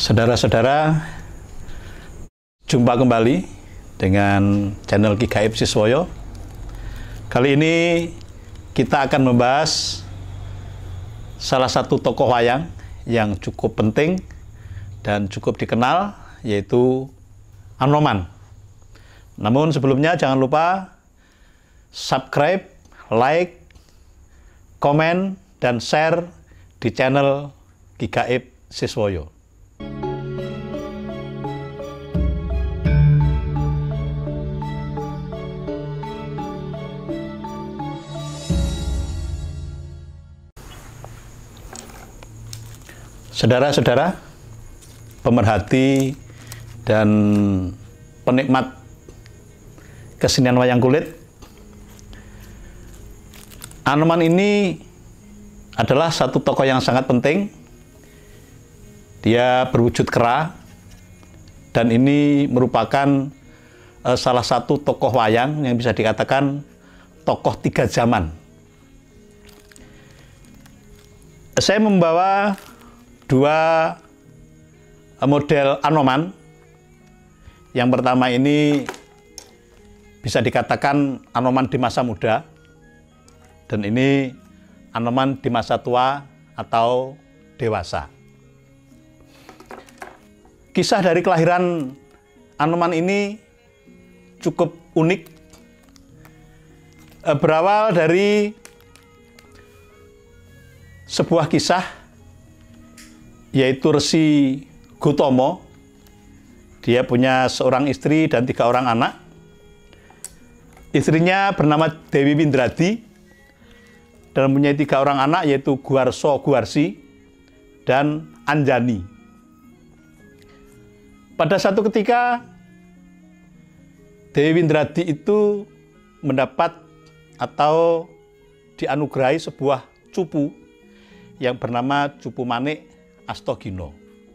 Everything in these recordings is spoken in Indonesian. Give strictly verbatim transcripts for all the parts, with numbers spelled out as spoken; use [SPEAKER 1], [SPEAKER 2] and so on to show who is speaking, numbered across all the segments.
[SPEAKER 1] Saudara-saudara, jumpa kembali dengan channel Ki Gaib Siswoyo. Kali ini kita akan membahas salah satu tokoh wayang yang cukup penting dan cukup dikenal, yaitu Anoman. Namun sebelumnya jangan lupa subscribe, like, komen, dan share di channel Ki Gaib Siswoyo. Saudara-saudara, pemerhati dan penikmat kesenian wayang kulit, Anoman ini adalah satu tokoh yang sangat penting. Dia berwujud kera, dan ini merupakan uh, salah satu tokoh wayang yang bisa dikatakan tokoh tiga zaman. Saya membawa dua model Anoman. Yang pertama ini bisa dikatakan Anoman di masa muda, dan ini Anoman di masa tua atau dewasa. Kisah dari kelahiran Anoman ini cukup unik. Berawal dari sebuah kisah, yaitu Resi Gotomo. Dia punya seorang istri dan tiga orang anak. Istrinya bernama Dewi Windradi dan mempunyai tiga orang anak, yaitu Guarso Guarsi dan Anjani. Pada satu ketika, Dewi Windradi itu mendapat atau dianugerahi sebuah cupu yang bernama Cupu Manik Astagina.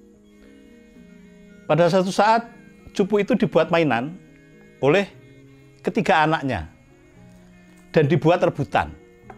[SPEAKER 1] Pada suatu saat, cupu itu dibuat mainan oleh ketiga anaknya dan dibuat rebutan.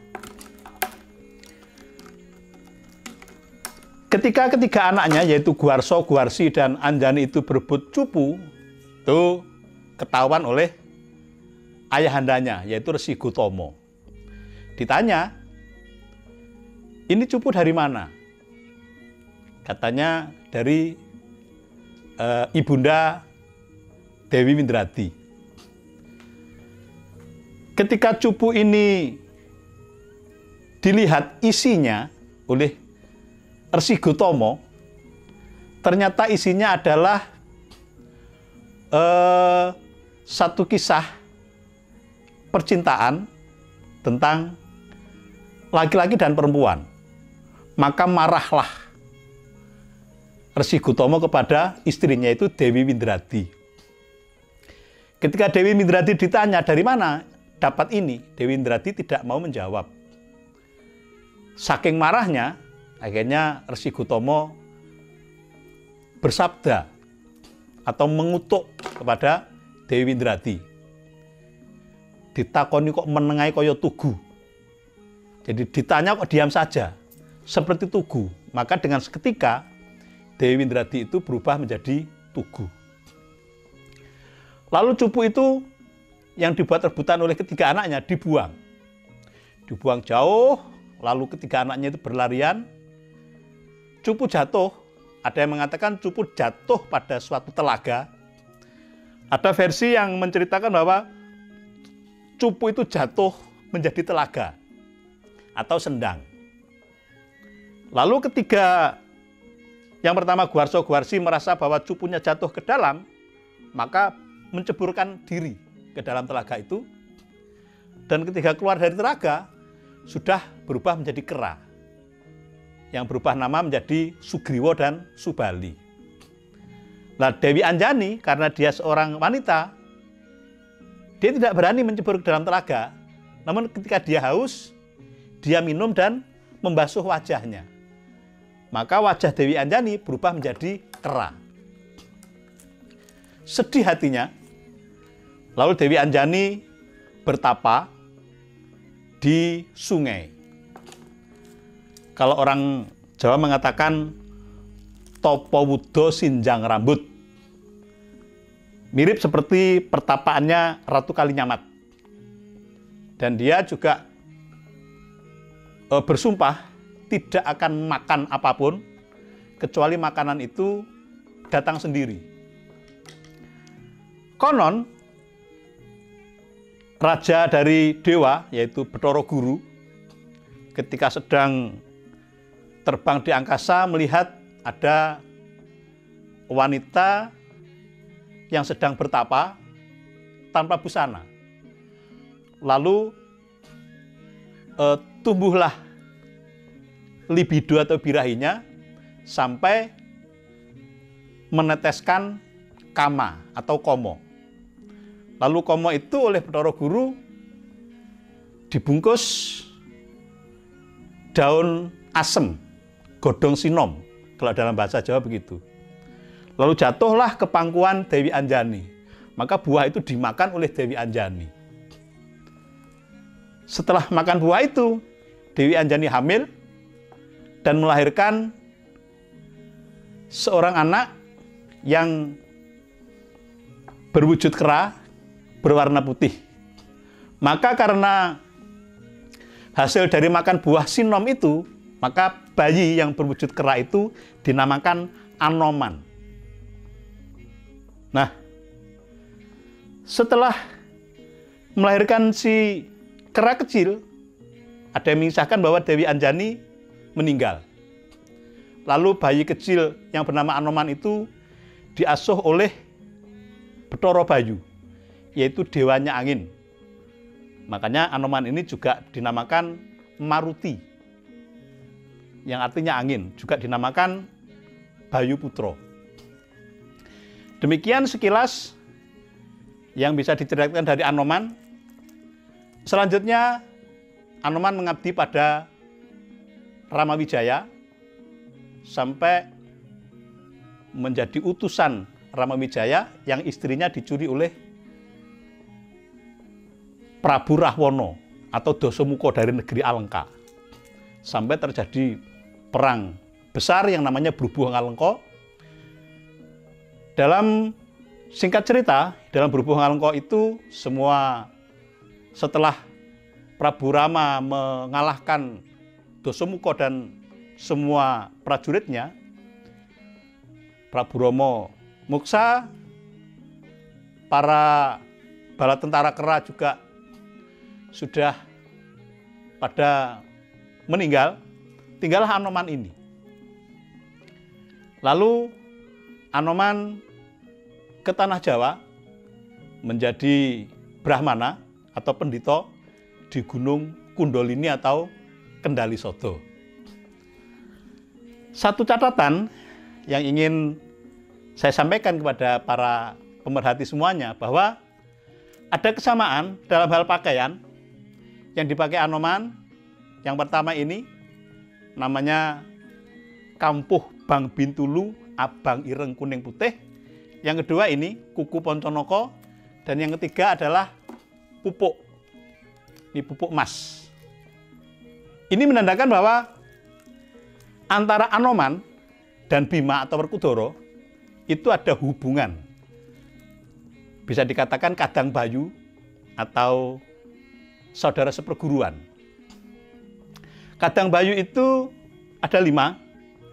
[SPEAKER 1] Ketika ketiga anaknya, yaitu Guarso, Guarsi, dan Anjani itu berebut cupu, itu ketahuan oleh ayahandanya, yaitu Resi Gotomo. Ditanya, ini cupu dari mana? Katanya dari e, ibunda Dewi Windradi. Ketika cupu ini dilihat isinya oleh Resi Gotomo, ternyata isinya adalah e, satu kisah percintaan tentang laki-laki dan perempuan. Maka marahlah Resi Gotomo kepada istrinya, itu Dewi Windradi. Ketika Dewi Windradi ditanya dari mana dapat ini, Dewi Windradi tidak mau menjawab. Saking marahnya, akhirnya Resi Gotomo bersabda atau mengutuk kepada Dewi Windradi. Ditakoni kok menengai koyo tugu. Jadi ditanya kok diam saja, seperti tugu. Maka dengan seketika Dewi Windradi itu berubah menjadi tugu. Lalu cupu itu yang dibuat rebutan oleh ketiga anaknya dibuang. Dibuang jauh, lalu ketiga anaknya itu berlarian. Cupu jatuh, ada yang mengatakan cupu jatuh pada suatu telaga. Ada versi yang menceritakan bahwa cupu itu jatuh menjadi telaga atau sendang. Lalu ketiga, yang pertama Guarso Guarsi merasa bahwa cupunya jatuh ke dalam, maka menceburkan diri ke dalam telaga itu. Dan ketika keluar dari telaga, sudah berubah menjadi kera, yang berubah nama menjadi Sugriwo dan Subali. Nah, Dewi Anjani, karena dia seorang wanita, dia tidak berani mencebur ke dalam telaga. Namun ketika dia haus, dia minum dan membasuh wajahnya. Maka wajah Dewi Anjani berubah menjadi kera. Sedih hatinya, lalu Dewi Anjani bertapa di sungai. Kalau orang Jawa mengatakan Topowudo Sinjang Rambut. Mirip seperti pertapaannya Ratu Kalinyamat. Dan dia juga e, bersumpah tidak akan makan apapun kecuali makanan itu datang sendiri. Konon raja dari dewa, yaitu Bathara Guru, ketika sedang terbang di angkasa melihat ada wanita yang sedang bertapa tanpa busana. Lalu eh, tumbuhlah libido atau birahinya sampai meneteskan kama atau komo. Lalu komo itu oleh Bathara Guru dibungkus daun asem, godong sinom, kalau dalam bahasa Jawa begitu. Lalu jatuhlah ke pangkuan Dewi Anjani. Maka buah itu dimakan oleh Dewi Anjani. Setelah makan buah itu, Dewi Anjani hamil dan melahirkan seorang anak yang berwujud kera, berwarna putih. Maka karena hasil dari makan buah sinom itu, maka bayi yang berwujud kera itu dinamakan Anoman. Nah, setelah melahirkan si kera kecil, ada yang mengisahkan bahwa Dewi Anjani meninggal. Lalu bayi kecil yang bernama Anoman itu diasuh oleh Bathara Bayu, yaitu dewanya angin. Makanya Anoman ini juga dinamakan Maruti, yang artinya angin, juga dinamakan Bayu Putra. Demikian sekilas yang bisa diceritakan dari Anoman. Selanjutnya, Anoman mengabdi pada Ramawijaya sampai menjadi utusan Ramawijaya yang istrinya dicuri oleh Prabu Rahwana atau Dasamuka dari negeri Alengka. Sampai terjadi perang besar yang namanya Brubuh Ngalengka. Dalam singkat cerita, dalam Brubuh Ngalengka itu semua setelah Prabu Rama mengalahkan Dasamuka dan semua prajuritnya, Prabu Rama muksa, para bala tentara kera juga sudah pada meninggal, tinggallah Anoman ini. Lalu Anoman ke tanah Jawa menjadi Brahmana atau pendito di Gunung Kundalini atau Kendali Sodo. Satu catatan yang ingin saya sampaikan kepada para pemerhati semuanya, bahwa ada kesamaan dalam hal pakaian yang dipakai Anoman. Yang pertama ini namanya kampuh bang bintulu abang ireng kuning putih. Yang kedua ini kuku ponconoko, dan yang ketiga adalah pupuk. Ini pupuk emas. Ini menandakan bahwa antara Anoman dan Bima atau Werkudara itu ada hubungan. Bisa dikatakan kadang bayu atau saudara seperguruan. Kadang bayu itu ada lima.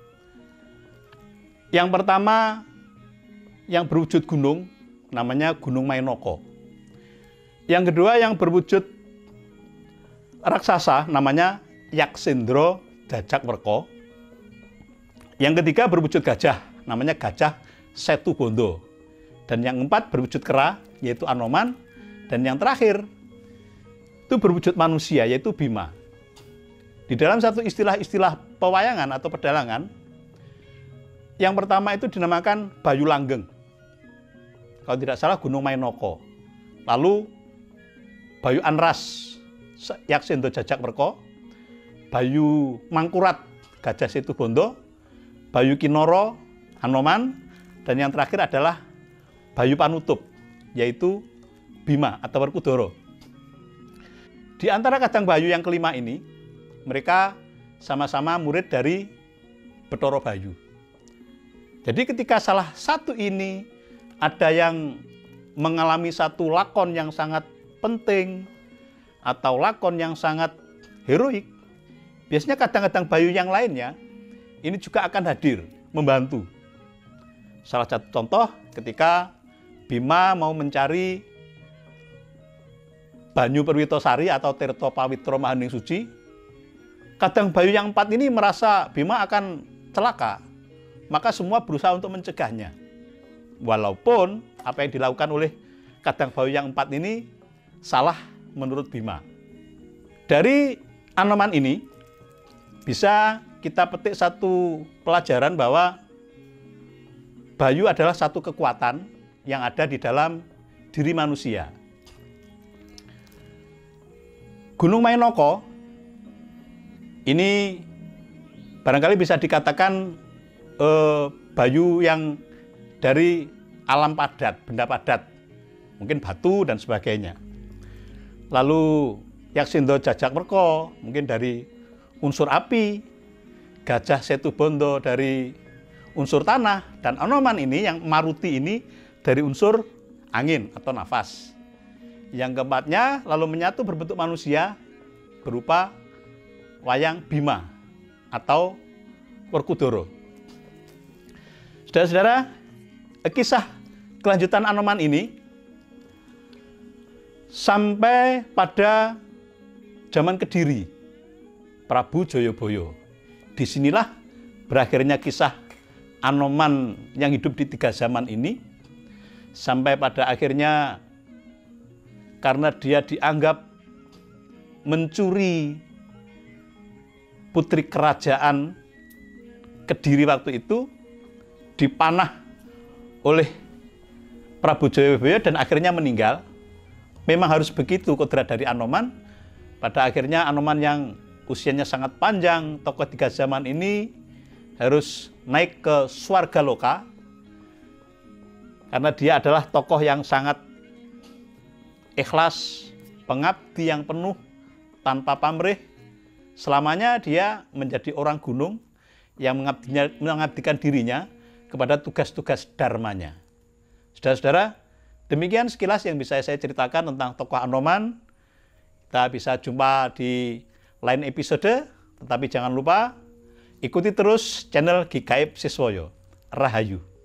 [SPEAKER 1] Yang pertama yang berwujud gunung, namanya Gunung Mainoko. Yang kedua yang berwujud raksasa, namanya Yaksendra Jajak-Werka. Yang ketiga berwujud gajah, namanya Gajah Setubondo. Dan yang keempat berwujud kera, yaitu Anoman. Dan yang terakhir itu berwujud manusia, yaitu Bima. Di dalam satu istilah-istilah pewayangan atau pedalangan, yang pertama itu dinamakan Bayu Langgeng. Kalau tidak salah Gunung Mainoko. Lalu Bayu Anras, Yaksendra Jajak-Werka. Bayu Mangkurat, Gajah Setubondo. Bayu Kinoro, Anoman. Dan yang terakhir adalah Bayu Panutup, yaitu Bima atau Werkudara. Di antara kadang bayu yang kelima ini, mereka sama-sama murid dari Bathara Bayu. Jadi ketika salah satu ini ada yang mengalami satu lakon yang sangat penting atau lakon yang sangat heroik, biasanya kadang-kadang bayu yang lainnya ini juga akan hadir membantu. Salah satu contoh ketika Bima mau mencari Banyu Perwitosari atau Tirto Pawitro Mahaning Suci, kadang bayu yang empat ini merasa Bima akan celaka, maka semua berusaha untuk mencegahnya. Walaupun apa yang dilakukan oleh kadang bayu yang empat ini salah menurut Bima. Dari Anoman ini bisa kita petik satu pelajaran bahwa bayu adalah satu kekuatan yang ada di dalam diri manusia. Gunung Mainoko ini barangkali bisa dikatakan eh, bayu yang dari alam padat, benda padat, mungkin batu dan sebagainya. Lalu Yaksindo Jajak Merko mungkin dari unsur api, Gajah Setubondo dari unsur tanah, dan Anoman ini yang Maruti ini dari unsur angin atau nafas. Yang keempatnya lalu menyatu berbentuk manusia berupa wayang Bima atau Werkudara. Saudara-saudara, kisah kelanjutan Anoman ini sampai pada zaman Kediri, Prabu Joyoboyo. Disinilah berakhirnya kisah Anoman yang hidup di tiga zaman ini, sampai pada akhirnya karena dia dianggap mencuri putri kerajaan Kediri waktu itu, dipanah oleh Prabu Joyoboyo dan akhirnya meninggal. Memang harus begitu kodrat dari Anoman. Pada akhirnya Anoman yang usianya sangat panjang, tokoh tiga zaman ini harus naik ke Swarga Loka karena dia adalah tokoh yang sangat ikhlas, pengabdi yang penuh tanpa pamrih. Selamanya dia menjadi orang gunung yang mengabdikan dirinya kepada tugas-tugas dharmanya. Saudara-saudara, demikian sekilas yang bisa saya ceritakan tentang tokoh Anoman. Kita bisa jumpa di lain episode, tetapi jangan lupa ikuti terus channel Gikaib Siswoyo. Rahayu.